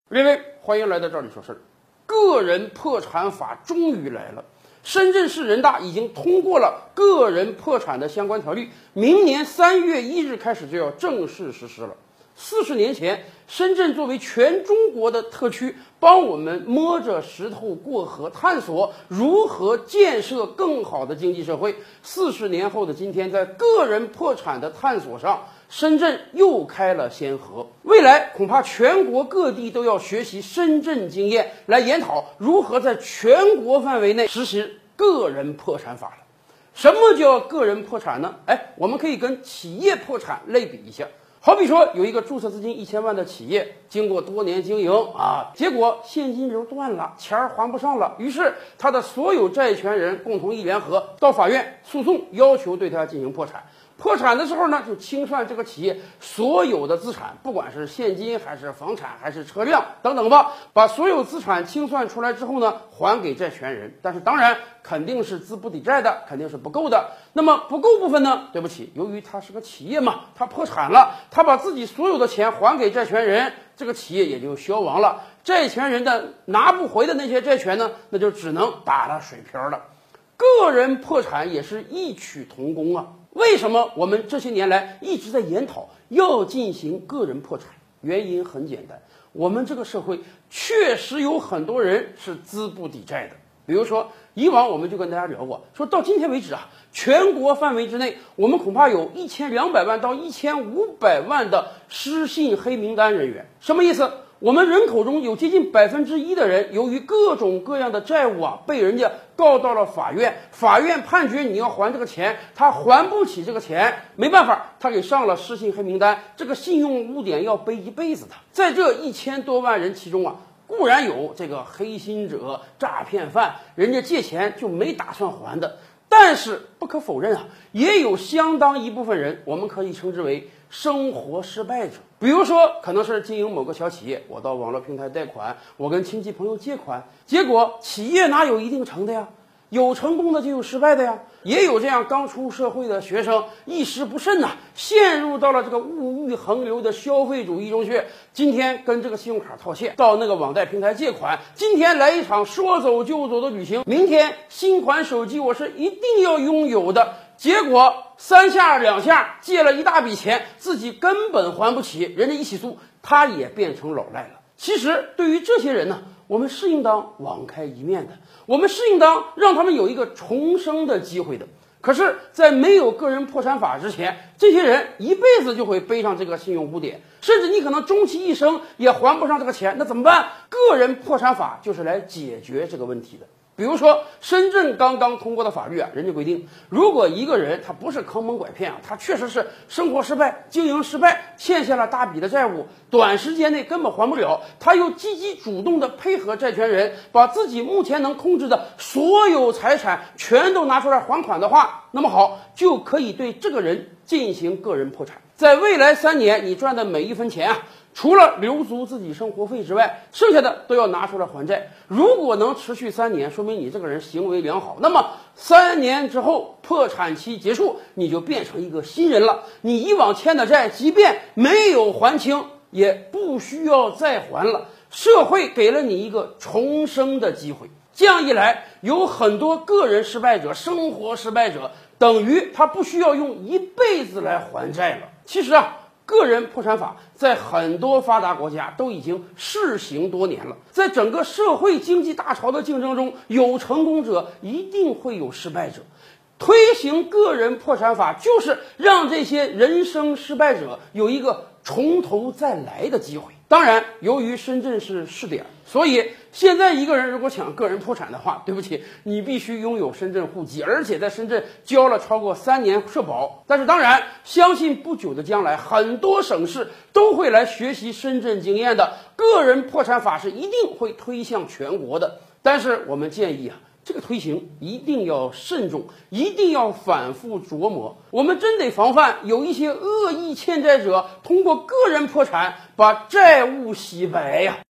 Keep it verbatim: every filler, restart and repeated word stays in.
各位，欢迎来到这里说事儿。个人破产法终于来了，深圳市人大已经通过了个人破产的相关条例，明年三月一日开始就要正式实施了。四十年前，深圳作为全中国的特区，帮我们摸着石头过河，探索如何建设更好的经济社会。四十年后的今天，在个人破产的探索上，深圳又开了先河。未来恐怕全国各地都要学习深圳经验，来研讨如何在全国范围内实施个人破产法了。什么叫个人破产呢？哎，我们可以跟企业破产类比一下。好比说，有一个注册资金一千万的企业，经过多年经营啊，结果现金流断了，钱儿还不上了，于是他的所有债权人共同一联合到法院诉讼，要求对他进行破产。破产的时候呢，就清算这个企业所有的资产，不管是现金还是房产还是车辆等等吧，把所有资产清算出来之后呢，还给债权人。但是当然肯定是资不抵债的，肯定是不够的。那么不够部分呢，对不起，由于它是个企业嘛，它破产了，他把自己所有的钱还给债权人，这个企业也就消亡了。债权人的拿不回的那些债权呢，那就只能打了水漂了。个人破产也是异曲同工啊。为什么我们这些年来一直在研讨要进行个人破产？原因很简单，我们这个社会确实有很多人是资不抵债的。比如说，以往我们就跟大家聊过，说到今天为止啊，全国范围之内，我们恐怕有一千两百万到一千五百万的失信黑名单人员。什么意思？我们人口中有接近百分之一的人，由于各种各样的债务啊，被人家告到了法院，法院判决你要还这个钱，他还不起这个钱，没办法，他给上了失信黑名单，这个信用污点要背一辈子的。在这一千多万人其中啊，固然有这个黑心者、诈骗犯，人家借钱就没打算还的，但是不可否认啊，也有相当一部分人，我们可以称之为生活失败者。比如说，可能是经营某个小企业，我到网络平台贷款，我跟亲戚朋友借款，结果企业哪有一定成的呀？有成功的就有失败的呀，也有这样刚出社会的学生一时不慎呐、啊，陷入到了这个物欲横流的消费主义中去。今天跟这个信用卡套现，到那个网贷平台借款，今天来一场说走就走的旅行，明天新款手机我是一定要拥有的。结果三下两下借了一大笔钱，自己根本还不起，人家一起诉，他也变成老赖了。其实对于这些人呢，我们是应当网开一面的，我们是应当让他们有一个重生的机会的。可是，在没有个人破产法之前，这些人一辈子就会背上这个信用污点，甚至你可能终其一生也还不上这个钱，那怎么办？个人破产法就是来解决这个问题的。比如说，深圳刚刚通过的法律啊，人家规定，如果一个人他不是坑蒙拐骗啊，他确实是生活失败、经营失败，欠下了大笔的债务，短时间内根本还不了，他又积极主动的配合债权人，把自己目前能控制的所有财产全都拿出来还款的话，那么好，就可以对这个人进行个人破产。在未来三年，你赚的每一分钱啊，除了留足自己生活费之外，剩下的都要拿出来还债。如果能持续三年，说明你这个人行为良好。那么三年之后，破产期结束，你就变成一个新人了。你以往欠的债，即便没有还清，也不需要再还了。社会给了你一个重生的机会。这样一来，有很多个人失败者、生活失败者，等于他不需要用一辈子来还债了。其实啊，个人破产法在很多发达国家都已经试行多年了。在整个社会经济大潮的竞争中，有成功者，一定会有失败者。推行个人破产法，就是让这些人生失败者有一个从头再来的机会。当然，由于深圳是试点，所以现在一个人如果想个人破产的话，对不起，你必须拥有深圳户籍，而且在深圳交了超过三年社保。但是当然，相信不久的将来，很多省市都会来学习深圳经验的，个人破产法是一定会推向全国的。但是我们建议啊，这个推行一定要慎重，一定要反复琢磨。我们真得防范有一些恶意欠债者通过个人破产把债务洗白呀。